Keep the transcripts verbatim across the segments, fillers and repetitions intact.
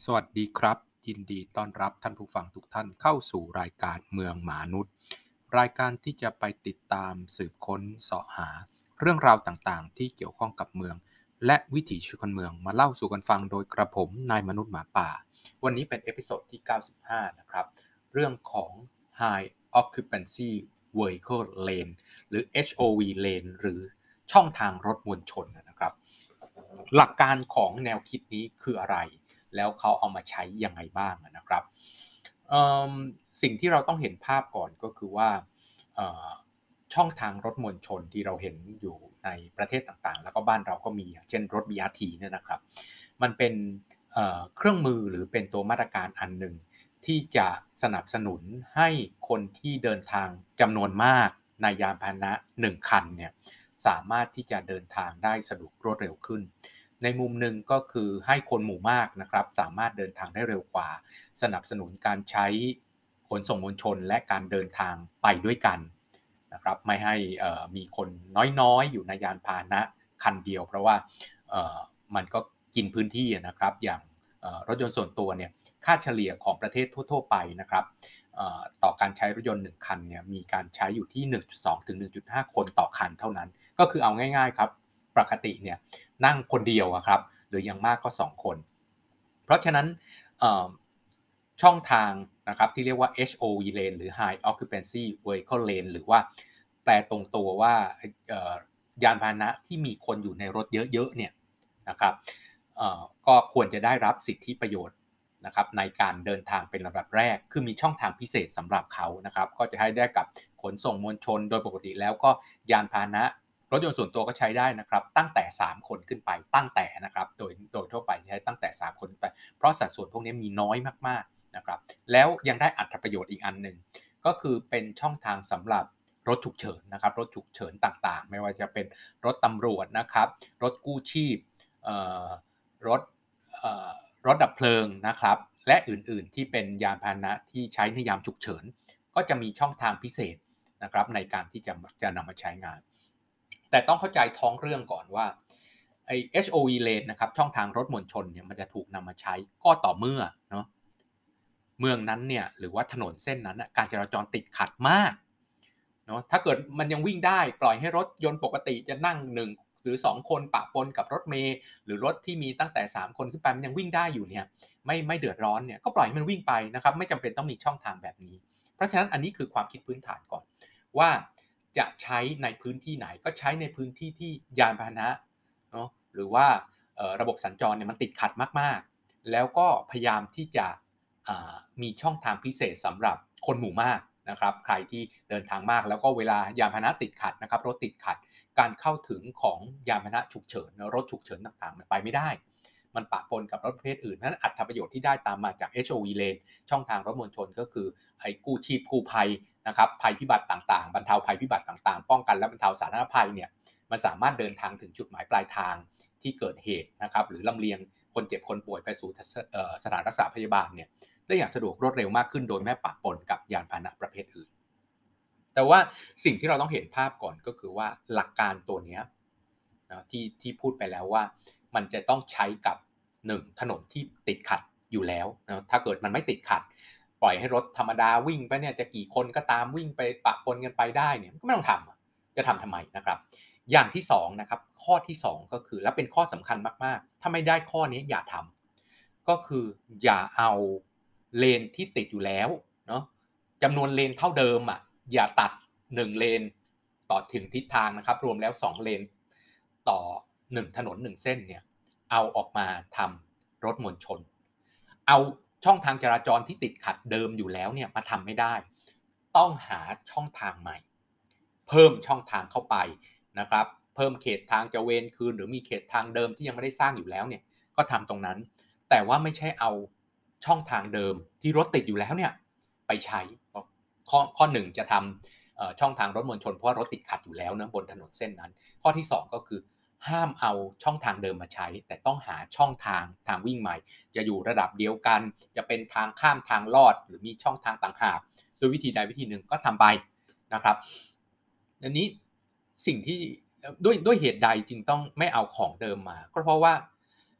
สวัสดีครับยินดีต้อนรับท่านผู้ฟังทุกท่านเข้าสู่รายการเมืองมนุษย์รายการที่จะไปติดตามสืบค้นเสาะหาเรื่องราวต่างๆที่เกี่ยวข้องกับเมืองและวิถีชีวิตคนเมืองมาเล่าสู่กันฟังโดยกระผมนายมนุษย์หมาป่าวันนี้เป็นเอพิโซดที่เก้าสิบห้านะครับเรื่องของ High Occupancy Vehicle Lane หรือ เอช โอ วี Lane หรือช่องทางรถมวลชนนะครับหลักการของแนวคิดนี้คืออะไรแล้วเขาเอามาใช้ยังไงบ้างนะครับสิ่งที่เราต้องเห็นภาพก่อนก็คือว่าช่องทางรถมวลชนที่เราเห็นอยู่ในประเทศต่างๆแล้วก็บ้านเราก็มีอย่างเช่นรถ บี อาร์ ที เนี่ยนะครับมันเป็นเครื่องมือหรือเป็นตัวมาตรการอันหนึ่งที่จะสนับสนุนให้คนที่เดินทางจำนวนมากในยานพาหนะหนึ่งคันเนี่ยสามารถที่จะเดินทางได้สะดวกรวดเร็วขึ้นในมุมหนึ่งก็คือให้คนหมู่มากนะครับสามารถเดินทางได้เร็วกว่าสนับสนุนการใช้ขนส่งมวลชนและการเดินทางไปด้วยกันนะครับไม่ให้มีคนน้อยๆอยู่ในยานพาหนะคันเดียวเพราะว่ามันก็กินพื้นที่นะครับอย่างรถยนต์ส่วนตัวเนี่ยค่าเฉลี่ยของประเทศทั่วๆไปนะครับต่อการใช้รถยนต์หนึ่งคันเนี่ยมีการใช้อยู่ที่ หนึ่งจุดสอง ถึง หนึ่งจุดห้า คนต่อคันเท่านั้นก็คือเอาง่ายๆครับปกติเนี่ยนั่งคนเดียวครับหรืออย่างมากก็สองคนเพราะฉะนั้นช่องทางนะครับที่เรียกว่า เอช โอ วี Lane หรือ High Occupancy Vehicle Lane หรือว่าแปลตรงตัวว่ายานพาหนะที่มีคนอยู่ในรถเยอะๆเนี่ยนะครับก็ควรจะได้รับสิทธิประโยชน์นะครับในการเดินทางเป็นลำดับแรกคือมีช่องทางพิเศษสำหรับเขานะครับก็จะให้ได้กับขนส่งมวลชนโดยปกติแล้วก็ยานพาหนะรถยนต์ส่วนตัวก็ใช้ได้นะครับตั้งแต่สามคนขึ้นไปตั้งแต่นะครับโดยโดยทั่วไปใช้ตั้งแต่สามคนไปเพราะสัดส่วนพวกนี้มีน้อยมากๆนะครับแล้วยังได้อรรถประโยชน์อีกอันนึงก็คือเป็นช่องทางสำหรับรถฉุกเฉินนะครับรถฉุกเฉินต่างๆไม่ว่าจะเป็นรถตำรวจนะครับรถกู้ชีพรถรถดับเพลิงนะครับและอื่นๆที่เป็นยานพาหนะที่ใช้ในยามฉุกเฉินก็จะมีช่องทางพิเศษนะครับในการที่จะจะนำมาใช้งานแต่ต้องเข้าใจท้องเรื่องก่อนว่าไอ้ เอช โอ วี Lane นะครับช่องทางรถมวลชนเนี่ยมันจะถูกนำมาใช้ก็ต่อเมื่อเนาะเมืองนั้นเนี่ยหรือว่าถนนเส้นนั้นการจราจรติดขัดมากเนาะถ้าเกิดมันยังวิ่งได้ปล่อยให้รถยนต์ปกติจะนั่งหนึ่งหรือสองคนปะปนกับรถเมล์หรือรถที่มีตั้งแต่สามคนขึ้นไปมันยังวิ่งได้อยู่เนี่ยไม่ไม่เดือดร้อนเนี่ยก็ปล่อยให้มันวิ่งไปนะครับไม่จำเป็นต้องมีช่องทางแบบนี้เพราะฉะนั้นอันนี้คือความคิดพื้นฐานก่อนว่าจะใช้ในพื้นที่ไหนก็ใช้ในพื้นที่ที่ยานพาหนะเนาะหรือว่าระบบสัญจรเนี่ยมันติดขัดมากๆแล้วก็พยายามที่จะมีช่องทางพิเศษสำหรับคนหมู่มากนะครับใครที่เดินทางมากแล้วก็เวลายานพาหนะติดขัดนะครับรถติดขัดการเข้าถึงของยานพาหนะฉุกเฉินรถฉุกเฉินต่างๆมันไปไม่ได้มันปะปนกับรถประเภทอื่นเพราะฉะนั้นอัตราประโยชน์ที่ได้ตามมาจาก เอช โอ วี Lane ช่องทางรถมวลชนก็คือไอ้กู้ชีพกู้ภัยนะครับภัยพิบัติต่างๆบรรเทาภัยพิบัติต่างๆป้องกันและบรรเทาสาธารณภัยเนี่ยมันสามารถเดินทางถึงจุดหมายปลายทางที่เกิดเหตุนะครับหรือลำเลียงคนเจ็บคนป่วยไปสู่สถานรักษาพยาบาลเนี่ยได้อย่างสะดวกรวดเร็วมากขึ้นโดยไม่ปะปนกับยานพาหนะประเภทอื่นแต่ว่าสิ่งที่เราต้องเห็นภาพก่อนก็คือว่าหลักการตัวนี้นะที่ที่พูดไปแล้วว่ามันจะต้องใช้กับหนึ่งถนนที่ติดขัดอยู่แล้วนะถ้าเกิดมันไม่ติดขัดปล่อยให้รถธรรมดาวิ่งไปเนี่ยจะกี่คนก็ตามวิ่งไปปะปนกันไปได้เนี่ยก็ไม่ต้องทำจะทำทำไมนะครับอย่างที่สองนะครับข้อที่สองก็คือและเป็นข้อสำคัญมากๆถ้าไม่ได้ข้อนี้อย่าทำก็คืออย่าเอาเลนที่ติดอยู่แล้วเนาะจำนวนเลนเท่าเดิมอ่ะอย่าตัดหนึ่งเลนต่อถึงทิศทางนะครับรวมแล้วสองเลนต่อหนึ่งถนนหนึ่งเส้นเนี่ยเอาออกมาทำรถมวลชนเอาช่องทางจราจรที่ติดขัดเดิมอยู่แล้วเนี่ยมาทำไม่ได้ต้องหาช่องทางใหม่เพิ่มช่องทางเข้าไปนะครับเพิ่มเขตทางจะเวนคืนหรือมีเขตทางเดิมที่ยังไม่ได้สร้างอยู่แล้วเนี่ยก็ทำตรงนั้นแต่ว่าไม่ใช่เอาช่องทางเดิมที่รถติดอยู่แล้วเนี่ยไปใช้ข้อข้อหนึ่งจะทำช่องทางรถมวลชนเพราะว่ารถติดขัดอยู่แล้วนะบนถนนเส้นนั้นข้อที่สองก็คือห้ามเอาช่องทางเดิมมาใช้แต่ต้องหาช่องทางทางวิ่งใหม่จะอยู่ระดับเดียวกันจะเป็นทางข้ามทางลอดหรือมีช่องทางต่างหากโดยวิธีใดวิธีหนึ่งก็ทำไปนะครับอันนี้สิ่งที่ด้วยด้วยเหตุใดจึงต้องไม่เอาของเดิมมาก็เพราะว่า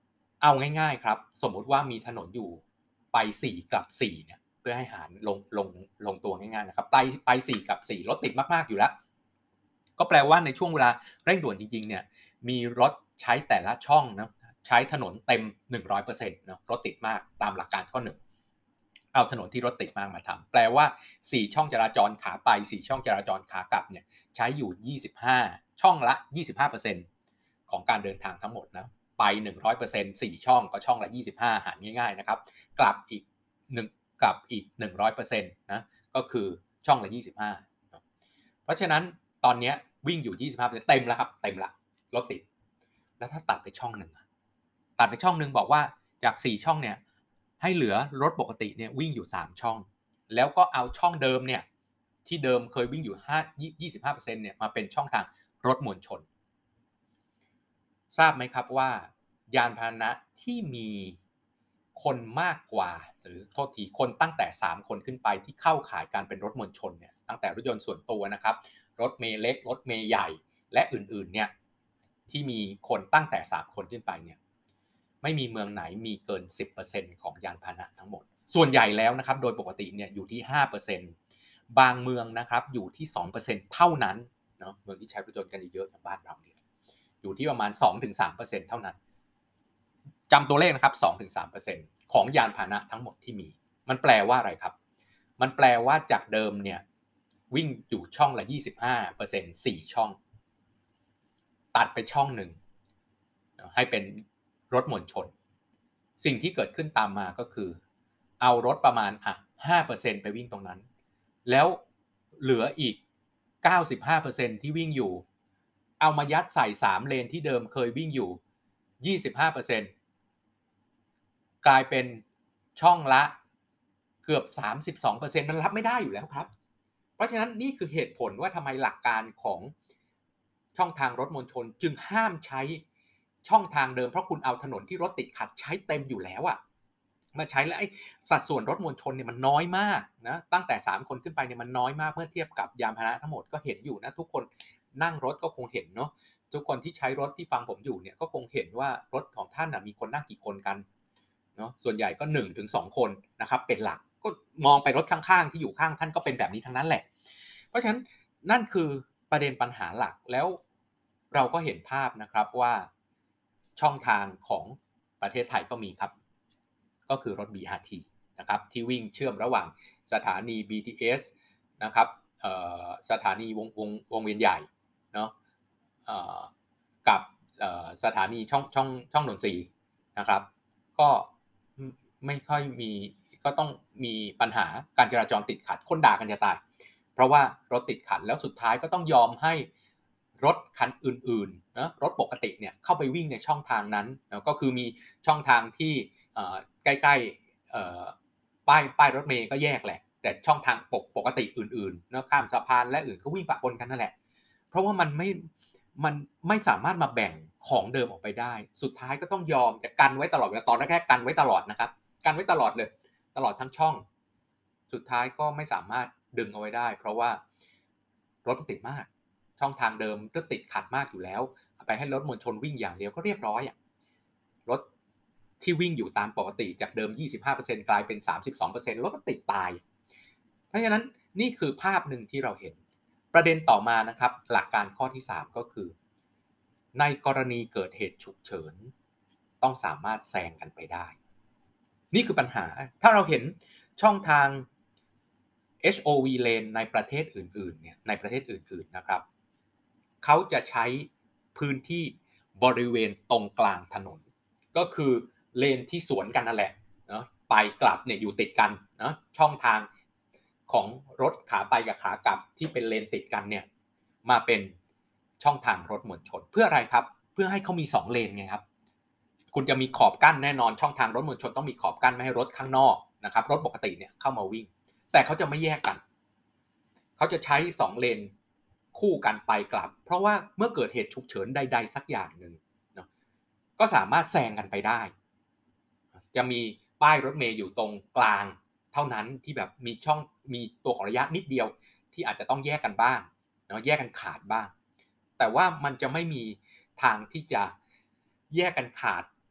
เอาง่ายๆครับสมมุติว่ามีถนนอยู่ไปสี่กลับสี่เนี่ยเพื่อให้หารลงลงลงตัวง่ายๆนะครับไปไปสี่กลับสี่รถติดมากๆอยู่แล้วก็แปลว่าในช่วงเวลาเร่งด่วนจริงๆเนี่ยมีรถใช้แต่ละช่องนะใช้ถนนเต็ม หนึ่งร้อยเปอร์เซ็นต์ เปอร์เซ็นต์เนาะรถติดมากตามหลักการข้อหนึ่งเอาถนนที่รถติดมากมาทำแปลว่าสี่ช่องจราจรขาไปสี่ช่องจราจรขากลับเนี่ยใช้อยู่ยี่สิบห้าช่องละ ยี่สิบห้าเปอร์เซ็นต์ ของการเดินทางทั้งหมดนะไป หนึ่งร้อยเปอร์เซ็นต์ สี่ช่องก็ช่องละยี่สิบห้าหารง่ายๆนะครับกลับอีก1กลับอีก หนึ่งร้อยเปอร์เซ็นต์ นะก็คือช่องละยี่สิบห้าเพราะฉะนั้นตอนนี้วิ่งอยู่ ยี่สิบห้าเปอร์เซ็นต์ เต็มแล้วครับเต็มละรถติดแล้วถ้าตัดไปช่องหนึ่งตัดไปช่องหนึ่งบอกว่าจากสี่ช่องเนี่ยให้เหลือรถปกติเนี่ยวิ่งอยู่สามช่องแล้วก็เอาช่องเดิมเนี่ยที่เดิมเคยวิ่งอยู่ห้า ยี่สิบห้าเปอร์เซ็นต์เนี่ยมาเป็นช่องทางรถมวลชนทราบไหมครับว่ายานพาหนะที่มีคนมากกว่าหรือโทษทีคนตั้งแต่สามคนขึ้นไปที่เข้าข่ายการเป็นรถมวลชนเนี่ยตั้งแต่รถยนต์ส่วนตัวนะครับรถเมล์เล็กรถเมล์ใหญ่และอื่นๆเนี่ยที่มีคนตั้งแต่สามคนขึ้นไปเนี่ยไม่มีเมืองไหนมีเกิน สิบเปอร์เซ็นต์ ของยานพาหนะทั้งหมดส่วนใหญ่แล้วนะครับโดยปกติเนี่ยอยู่ที่ ห้าเปอร์เซ็นต์ บางเมืองนะครับอยู่ที่ สองเปอร์เซ็นต์ เท่านั้นเนาะเมืองที่ใช้รถยนต์กันเยอะๆอย่างบ้านเราเนี่ยอยู่ที่ประมาณ สองถึงสามเปอร์เซ็นต์ เท่านั้นจำตัวเลขนะครับ สองถึงสามเปอร์เซ็นต์ ของยานพาหนะทั้งหมดที่มีมันแปลว่าอะไรครับมันแปลว่าจากเดิมเนี่ยวิ่งอยู่ช่องละ ยี่สิบห้าเปอร์เซ็นต์ สี่ช่องตัดไปช่องหนึ่งให้เป็นรถมวลชนสิ่งที่เกิดขึ้นตามมาก็คือเอารถประมาณอ่ะ ห้าเปอร์เซ็นต์ ไปวิ่งตรงนั้นแล้วเหลืออีก เก้าสิบห้าเปอร์เซ็นต์ ที่วิ่งอยู่เอามายัดใส่สามเลนที่เดิมเคยวิ่งอยู่ ยี่สิบห้าเปอร์เซ็นต์ กลายเป็นช่องละเกือบ สามสิบสองเปอร์เซ็นต์ มันรับไม่ได้อยู่แล้วครับเพราะฉะนั้นนี่คือเหตุผลว่าทำไมหลักการของช่องทางรถมวลชนจึงห้ามใช้ช่องทางเดิมเพราะคุณเอาถนนที่รถติดขัดใช้เต็มอยู่แล้วอะมาใช้แล้วไอ้สัดส่วนรถมวลชนเนี่ยมันน้อยมากนะตั้งแต่สามคนขึ้นไปเนี่ยมันน้อยมากเมื่อเทียบกับยานพาหนะทั้งหมดก็เห็นอยู่นะทุกคนนั่งรถก็คงเห็นเนาะทุกคนที่ใช้รถที่ฟังผมอยู่เนี่ยก็คงเห็นว่ารถของท่านมีคนนั่งกี่คนกันเนาะส่วนใหญ่ก็หนึ่งถึงสองคนนะครับเป็นหลักก็มองไปรถข้างๆที่อยู่ข้างท่านก็เป็นแบบนี้ทั้งนั้นแหละเพราะฉะนั้นนั่นคือประเด็นปัญหาหลักแล้วเราก็เห็นภาพนะครับว่าช่องทางของประเทศไทยก็มีครับก็คือรถ บี อาร์ ที นะครับที่วิ่งเชื่อมระหว่างสถานี บี ที เอส นะครับสถานีวงวงวงเวียนใหญ่เนาะกับสถานีช่องช่องช่องนนทรีนะครับก็ไม่ค่อยมีก็ต้องมีปัญหาการจราจรติดขัดคนด่ากันจะตายเพราะว่ารถติดขัดแล้วสุดท้ายก็ต้องยอมให้รถคันอื่นๆนะรถปกติเนี่ยเข้าไปวิ่งในช่องทางนั้นนะก็คือมีช่องทางที่ใกล้ๆป้ายป้ายรถเมล์ก็แยกแหละแต่ช่องทางปกปกติอื่นๆนะข้ามสะพานและอื่นก็วิ่งปะปนกันนั่นแหละเพราะว่ามันไม่มันไม่สามารถมาแบ่งของเดิมออกไปได้สุดท้ายก็ต้องยอมจะกันไว้ตลอดเวลาตอนแรกๆกันไว้ตลอดนะครับกันไว้ตลอดเลยตลอดทั้งช่องสุดท้ายก็ไม่สามารถดึงเอาไว้ได้เพราะว่ารถติดมากช่องทางเดิมก็ติดขัดมากอยู่แล้วไปให้รถมวลชนวิ่งอย่างเดียวก็เรียบร้อยอ่ะรถที่วิ่งอยู่ตามปกติจากเดิม ยี่สิบห้าเปอร์เซ็นต์ กลายเป็น สามสิบสองเปอร์เซ็นต์ รถก็ติดตายเพราะฉะนั้นนี่คือภาพหนึ่งที่เราเห็นประเด็นต่อมานะครับหลักการข้อที่สามก็คือในกรณีเกิดเหตุฉุกเฉินต้องสามารถแซงกันไปได้นี่คือปัญหาถ้าเราเห็นช่องทาง เอช โอ วี lane ในประเทศอื่นๆเนี่ยในประเทศอื่นๆนะครับเขาจะใช้พื้นที่บริเวณตรงกลางถนนก็คือเลนที่สวนกันนั่นแหละเนาะไปกลับเนี่ยอยู่ติดกันเนาะช่องทางของรถขาไปกับขากลับที่เป็นเลนติดกันเนี่ยมาเป็นช่องทางรถมวลชนเพื่ออะไรครับเพื่อให้เขามีสองเลนไงครับคุณจะมีขอบกั้นแน่นอนช่องทางรถมวลชนต้องมีขอบกั้นไม่ให้รถข้างนอกนะครับรถปกติเนี่ยเข้ามาวิ่งแต่เขาจะไม่แยกกันเขาจะใช้สองเลนคู่กันไปกลับเพราะว่าเมื่อเกิดเหตุฉุกเฉินใดๆสักอย่างหนึ่งเนาะก็สามารถแซงกันไปได้จะมีป้ายรถเมล์อยู่ตรงกลางเท่านั้นที่แบบมีช่องมีตัวของระยะนิดเดียวที่อาจจะต้องแยกกันบ้างเนาะแยกกันขาดบ้างแต่ว่ามันจะไม่มีทางที่จะแยกกันขาด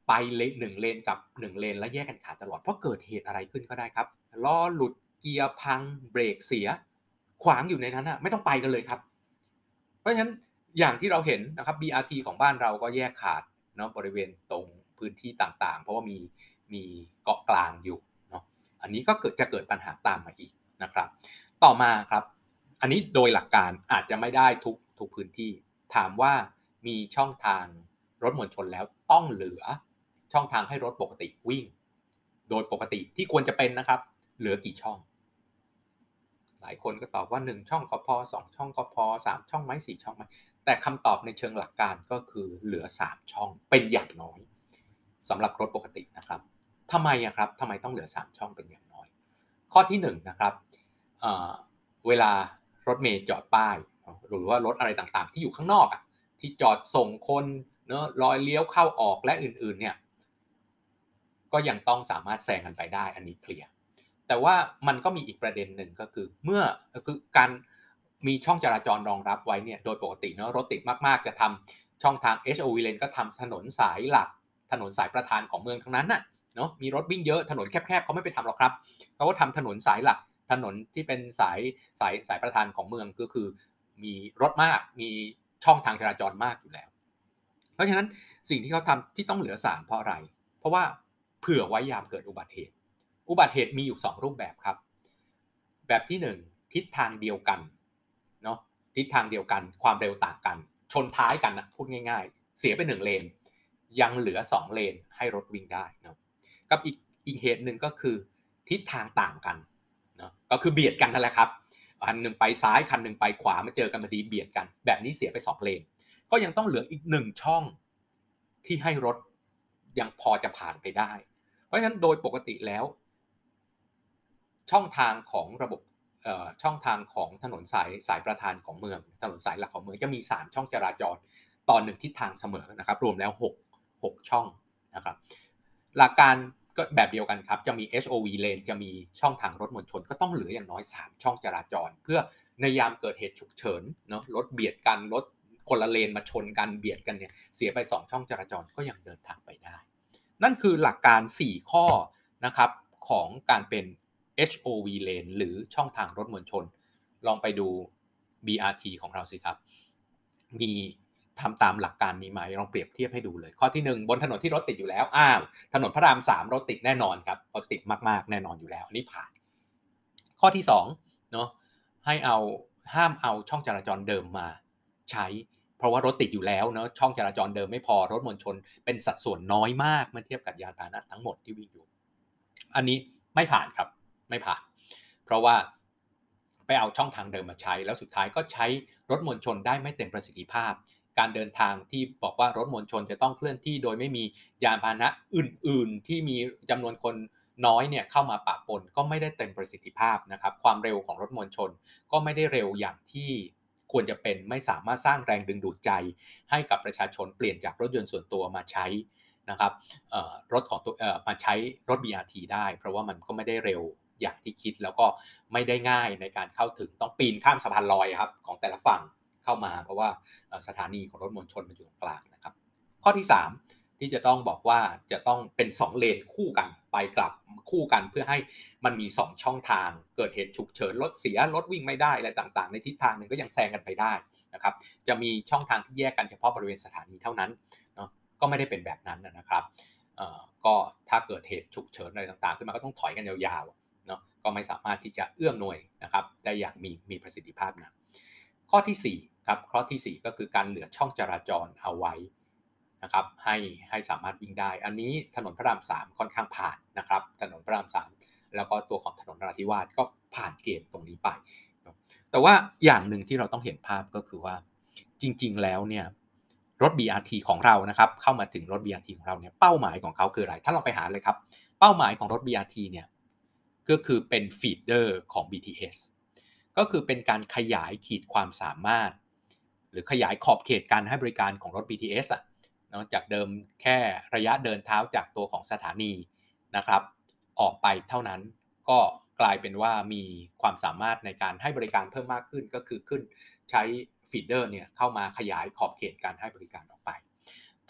ไปเลนหนึ่งเลนกับหนึ่งเลนแล้วแยกกันขาดตลอดเพราะเกิดเหตุอะไรขึ้นก็ได้ครับล้อหลุดเกียร์พังเบรกเสียขวางอยู่ในนั้นน่ะไม่ต้องไปกันเลยครับเพราะฉะนั้นอย่างที่เราเห็นนะครับ บี อาร์ ที ของบ้านเราก็แยกขาดเนาะบริเวณตรงพื้นที่ต่างๆเพราะว่ามีมีเกาะกลางอยู่เนาะอันนี้ก็เกิดจะเกิดปัญหาตามมาอีกนะครับต่อมาครับอันนี้โดยหลักการอาจจะไม่ได้ทุกทุกพื้นที่ถามว่ามีช่องทางรถมวลชนแล้วต้องเหลือช่องทางให้รถปกติวิ่งโดยปกติที่ควรจะเป็นนะครับเหลือกี่ช่องหลายคนก็ตอบว่าหนึ่งช่องก็พอสองช่องก็พอสามช่องไหมสี่ช่องไหมแต่คำตอบในเชิงหลักการก็คือเหลือสามช่องเป็นอย่างน้อยสำหรับรถปกตินะครับทำไมอะครับทำไมต้องเหลือสามช่องเป็นอย่างน้อยข้อที่หนึ่งนะครับเอ่อเวลารถเมล์จอดป้ายหรือว่ารถอะไรต่างๆที่อยู่ข้างนอกอะที่จอดส่งคนเนาะรอยเลี้ยวเข้าออกและอื่นๆเนี่ยก็ยังต้องสามารถแซงกันไปได้อันนี้เคลียร์แต่ว่ามันก็มีอีกประเด็นหนึ่งก็คือเมื่อคือการมีช่องจราจรรองรับไว้เนี่ยโดยปกติเนาะรถติดมากๆจะทำช่องทาง เอช โอ วี Lane ก็ทำถนนสายหลักถนนสายประธานของเมืองทั้งนั้นน่ะเนาะมีรถวิ่งเยอะถนนแคบๆเขาไม่ไปทำหรอกครับเขาก็ทำถนนสายหลักถนนที่เป็นสายสายสายประธานของเมืองก็คือมีรถมากมีช่องทางจราจรมากอยู่แล้วเพราะฉะนั้นสิ่งที่เขาทำที่ต้องเหลือสามเพราะอะไรเพราะว่าเผื่อไว้ยามเกิดอุบัติเหตุอุบัติเหตุมีอยู่สองรูปแบบครับแบบที่หนึ่งทิศทางเดียวกันเนาะทิศทางเดียวกันความเร็วต่างกันชนท้ายกันนะพูดง่ายๆเสียไปหนึ่งเลนยังเหลือสองเลนให้รถวิ่งได้เนาะกับอีกอีกเหตุหนึ่งก็คือทิศทางต่างกันเนาะก็คือเบียดกันนั่นแหละครับคันหนึ่งไปซ้ายคันหนึ่งไปขวามาเจอกันพอดีเบียดกันแบบนี้เสียไปสองเลนก็ยังต้องเหลืออีกหนึ่งช่องที่ให้รถยังพอจะผ่านไปได้เพราะฉะนั้นโดยปกติแล้วช่องทางของระบบช่องทางของถนนสายสายประธานของเมืองถนนสายหลักของเมืองจะมีสามช่องจราจรต่อหนึ่งทิศทางเสมอนะครับรวมแล้วหก หกช่องนะครับหลักการก็แบบเดียวกันครับจะมี เอช โอ วี Lane จะมีช่องทางรถมวลชนก็ต้องเหลืออย่างน้อยสามช่องจราจรเพื่อในยามเกิดเหตุฉุกเฉินเนาะรถเบียดกันรถคนละเลนมาชนกันเบียดกันเนี่ยเสียไปสองช่องจราจรก็ยังเดินทางไปได้นั่นคือหลักการสี่ข้อนะครับของการเป็น เอช โอ วี Lane หรือช่องทางรถมวลชนลองไปดู บี อาร์ ที ของเราสิครับมีทำตามหลักการนี้ไหมลองเปรียบเทียบให้ดูเลยข้อที่หนึ่งบนถนนที่รถติดอยู่แล้วอ้าวถนนพระรามสามรถติดแน่นอนครับรถติดมากๆแน่นอนอยู่แล้วอันนี้ผ่านข้อที่สองเนาะให้เอาห้ามเอาช่องจราจรเดิมมาใช้เพราะว่ารถติดอยู่แล้วเนาะช่องจราจรเดิมไม่พอรถมวลชนเป็นสัดส่วนน้อยมากเมื่อเทียบกับยานพาหนะทั้งหมดที่วิ่งอยู่อันนี้ไม่ผ่านครับไม่ผ่านเพราะว่าไปเอาช่องทางเดิมมาใช้แล้วสุดท้ายก็ใช้รถมวลชนได้ไม่เต็มประสิทธิภาพการเดินทางที่บอกว่ารถมวลชนจะต้องเคลื่อนที่โดยไม่มียานพาหนะอื่นๆที่มีจำนวนคนน้อยเนี่ยเข้ามาปะปนก็ไม่ได้เต็มประสิทธิภาพนะครับความเร็วของรถมวลชนก็ไม่ได้เร็วอย่างที่ควรจะเป็นไม่สามารถสร้างแรงดึงดูดใจให้กับประชาชนเปลี่ยนจากรถยนต์ส่วนตัวมาใช้นะครับรถของตัวมาใช้รถ บี อาร์ ที ได้เพราะว่ามันก็ไม่ได้เร็วอย่างที่คิดแล้วก็ไม่ได้ง่ายในการเข้าถึงต้องปีนข้ามสะพานลอยครับของแต่ละฝั่งเข้ามาเพราะว่าสถานีของรถมวลชนมันอยู่ตรงกลางนะครับข้อที่สามที่จะต้องบอกว่าจะต้องเป็นสองเลนคู่กันไปกลับคู่กันเพื่อให้มันมีสองช่องทางเกิดเหตุฉุกเฉินรถเสียรถวิ่งไม่ได้อะไรต่างๆในทิศทางหนึ่งก็ยังแซงกันไปได้นะครับจะมีช่องทางที่แยกกันเฉพาะบริเวณสถานีเท่านั้นเนาะก็ไม่ได้เป็นแบบนั้นนะครับก็ถ้าเกิดเหตุฉุกเฉินอะไรต่างๆขึ้นมาก็ต้องถอยกันยาวๆเนาะก็ไม่สามารถที่จะเอื้อมหน่วยนะครับได้อย่างมีมีประสิทธิภาพนะข้อที่สี่ครับข้อที่สี่ก็คือการเหลือช่องจราจรเอาไว้นะครับให้ให้สามารถวิ่งได้อันนี้ถนนพระรามสามค่อนข้างผ่านนะครับถนนพระรามสามแล้วก็ตัวของถนนนราธิวาสก็ผ่านเกณฑ์ตรงนี้ไปแต่ว่าอย่างหนึ่งที่เราต้องเห็นภาพก็คือว่าจริงๆแล้วเนี่ยรถ บี อาร์ ที ของเรานะครับเข้ามาถึงรถ บี อาร์ ที ของเราเนี่ยเป้าหมายของเขาคืออะไรถ้าเราไปหาเลยครับเป้าหมายของรถ บี อาร์ ที เนี่ยก็คือเป็นฟีดเดอร์ของ บี ที เอส ก็คือเป็นการขยายขีดความสามารถหรือขยายขอบเขตการให้บริการของรถ บี ที เอส อ่ะเนาะจากเดิมแค่ระยะเดินเท้าจากตัวของสถานีนะครับออกไปเท่านั้นก็กลายเป็นว่ามีความสามารถในการให้บริการเพิ่มมากขึ้นก็คือขึ้นใช้ฟีดเดอร์เนี่ยเข้ามาขยายขอบเขตการให้บริการออกไปแ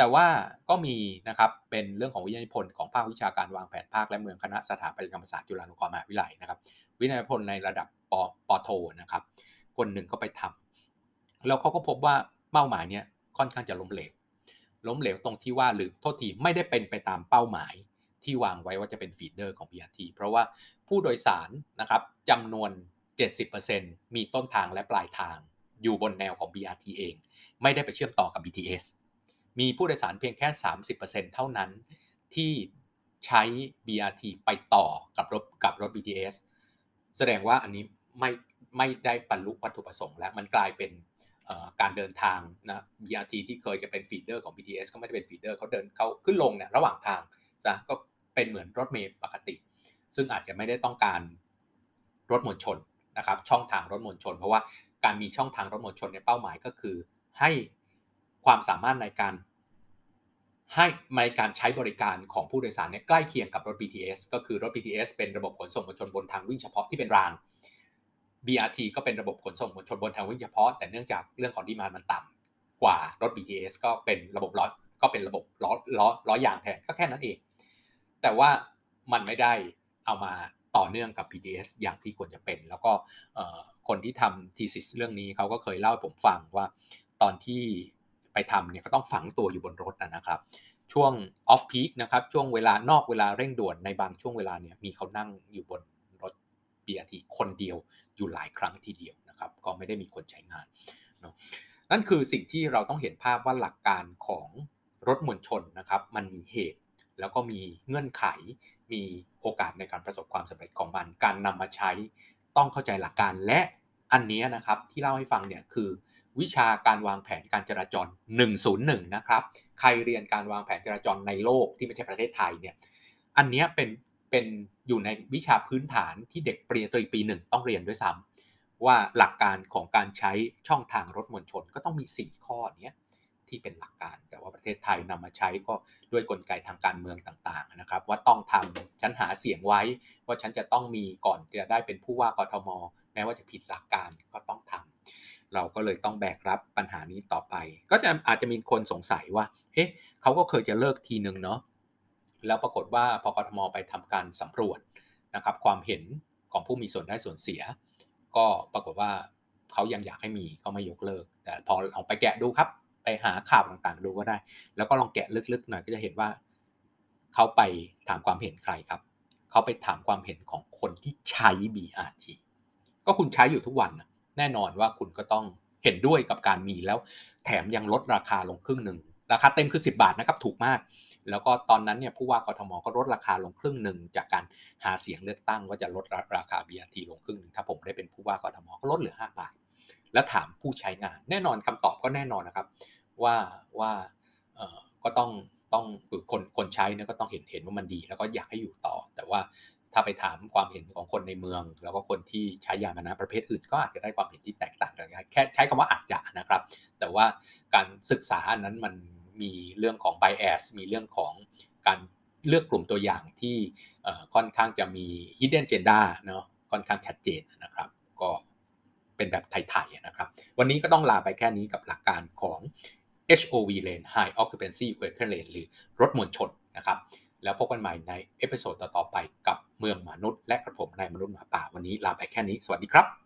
แต่ว่าก็มีนะครับเป็นเรื่องของวิทยานิพนธ์ของภาควิชาการวางแผนภาคและเมืองคณะสถาปัตยกรรมศาสตร์จุฬาลงกรณ์มหาวิทยาลัยนะครับวิทยานิพนธ์ในระดับปปโทนะครับคนหนึ่งก็ไปทำแล้วเขาก็พบว่าเป้าหมายเนี่ยค่อนข้างจะล้มเหลวล้มเหลวตรงที่ว่าหรือโทษทีไม่ได้เป็นไปตามเป้าหมายที่วางไว้ว่าจะเป็นฟีดเดอร์ของ บี อาร์ ที เพราะว่าผู้โดยสารนะครับจำนวน เจ็ดสิบเปอร์เซ็นต์ มีต้นทางและปลายทางอยู่บนแนวของ บี อาร์ ที เองไม่ได้ไปเชื่อมต่อกับ บี ที เอส มีผู้โดยสารเพียงแค่ สามสิบเปอร์เซ็นต์ เท่านั้นที่ใช้ บี อาร์ ที ไปต่อกับรถกับรถ บี ที เอส แสดงว่าอันนี้ไม่ไม่ได้บรรลุวัตถุประสงค์และมันกลายเป็นการเดินทางนะ บี อาร์ ที ที่เคยจะเป็นฟีดเดอร์ของ บี ที เอส ก็ไม่ได้เป็นฟีดเดอร์เขาเดินเขาขึ้นลงเนี่ยระหว่างทางจะก็เป็นเหมือนรถเมล์ปกติซึ่งอาจจะไม่ได้ต้องการรถมวลชนนะครับช่องทางรถมวลชนเพราะว่าการมีช่องทางรถมวลชนในเป้าหมายก็คือให้ความสามารถในการให้ในการใช้บริการของผู้โดยสารเนี่ยใกล้เคียงกับรถ บี ที เอส ก็คือรถ บี ที เอส เป็นระบบขนส่งมวลชนบนทางวิ่งเฉพาะที่เป็นราง บี อาร์ ที ก็เป็นระบบขนส่งมวลชนบนทางวิ่งเฉพาะแต่เนื่องจากเรื่องของดีมานด์มันต่ำกว่ารถ บี ที เอส ก็เป็นระบบล้อก็เป็นระบบล้อล้อล้อยางแทนก็แค่นั้นเองแต่ว่ามันไม่ได้เอามาต่อเนื่องกับ บี ที เอส อย่างที่ควรจะเป็นแล้วก็คนที่ทำ thesis เรื่องนี้เขาก็เคยเล่าให้ผมฟังว่าตอนที่ไปทำเนี่ยก็ต้องฝังตัวอยู่บนรถนะครับช่วง off peak นะครับช่วงเวลานอกเวลาเร่งด่วนในบางช่วงเวลาเนี่ยมีเขานั่งอยู่บนรถ บี อาร์ ที คนเดียวอยู่หลายครั้งทีเดียวนะครับก็ไม่ได้มีคนใช้งานเนาะนั่นคือสิ่งที่เราต้องเห็นภาพว่าหลักการของรถมวลชนนะครับมันมีเหตุแล้วก็มีเงื่อนไขมีโอกาสในการประสบความสำเร็จของมันการนำมาใช้ต้องเข้าใจหลักการและอันนี้นะครับที่เล่าให้ฟังเนี่ยคือวิชาการวางแผนการจราจรหนึ่งศูนย์หนึ่งนะครับใครเรียนการวางแผนจราจรในโลกที่ไม่ใช่ประเทศไทยเนี่ยอันนี้เป็นเป็นอยู่ในวิชาพื้นฐานที่เด็กปริญญาตรีปีหนึ่งต้องเรียนด้วยซ้ำว่าหลักการของการใช้ช่องทางรถมวลชนก็ต้องมีสี่ข้อนี้ที่เป็นหลักการแต่ว่าประเทศไทยนำมาใช้ก็ด้วยกลไกทางการเมืองต่างๆนะครับว่าต้องทำฉันหาเสียงไว้ว่าฉันจะต้องมีก่อนจะได้เป็นผู้ว่ากทมแม้ว่าจะผิดหลักการก็ต้องทำเราก็เลยต้องแบกรับปัญหานี้ต่อไปก็จะอาจจะมีคนสงสัยว่าเอ๊ะเขาก็เคยจะเลิกทีนึงเนาะแล้วปรากฏว่าพอกทมไปทำการสำรวจนะครับความเห็นของผู้มีส่วนได้ส่วนเสียก็ปรากฏว่าเขายังอยากให้มีก็ไม่ยกเลิกแต่พอลองไปแกะดูครับไปหาข่าวต่างๆดูก็ได้แล้วก็ลองแกะลึกๆหน่อยก็จะเห็นว่าเขาไปถามความเห็นใครครับเขาไปถามความเห็นของคนที่ใช้ บี อาร์ ที ก็คุณใช้อยู่ทุกวันแน่นอนว่าคุณก็ต้องเห็นด้วยกับการมีแล้วแถมยังลดราคาลงครึ่งหนึ่งราคาเต็มคือสิบบาทนะครับถูกมากแล้วก็ตอนนั้นเนี่ยผู้ว่ากทมก็ลดราคาลงครึ่งหนึ่งจากการหาเสียงเลือกตั้งว่าจะลดราคา บี อาร์ ที ลงครึ่งนึงถ้าผมได้เป็นผู้ว่ากทมก็ลดเหลือห้าบาทแล้วถามผู้ใช้งานแน่นอนคำตอบก็แน่นอนนะครับว่าว่าเอ่อก็ต้องต้องคือคนคนใช้เนี่ยก็ต้องเห็นเห็นว่ามันดีแล้วก็อยากให้อยู่ต่อแต่ว่าถ้าไปถามความเห็นของคนในเมืองแล้วก็คนที่ใช้ยานพาหนะประเภทอื่นก็อาจจะได้ความเห็นที่แตกต่างกันแค่ใช้คำว่าอาจจะนะครับแต่ว่าการศึกษาอันนั้นมันมีเรื่องของ bias มีเรื่องของการเลือกกลุ่มตัวอย่างที่ค่อนข้างจะมี hidden agenda เนาะค่อนข้างชัดเจนนะครับก็เป็นแบบไทยๆนะครับวันนี้ก็ต้องลาไปแค่นี้กับหลักการของ เอช โอ วี Lane High Occupancy Vehicle Lane หรือรถมวลชนนะครับแล้วพบกันใหม่ในเอพิโซดต่อๆไปกับเมืองมนุษย์และกระผมนายมนุษย์หมาป่าวันนี้ลาไปแค่นี้สวัสดีครับ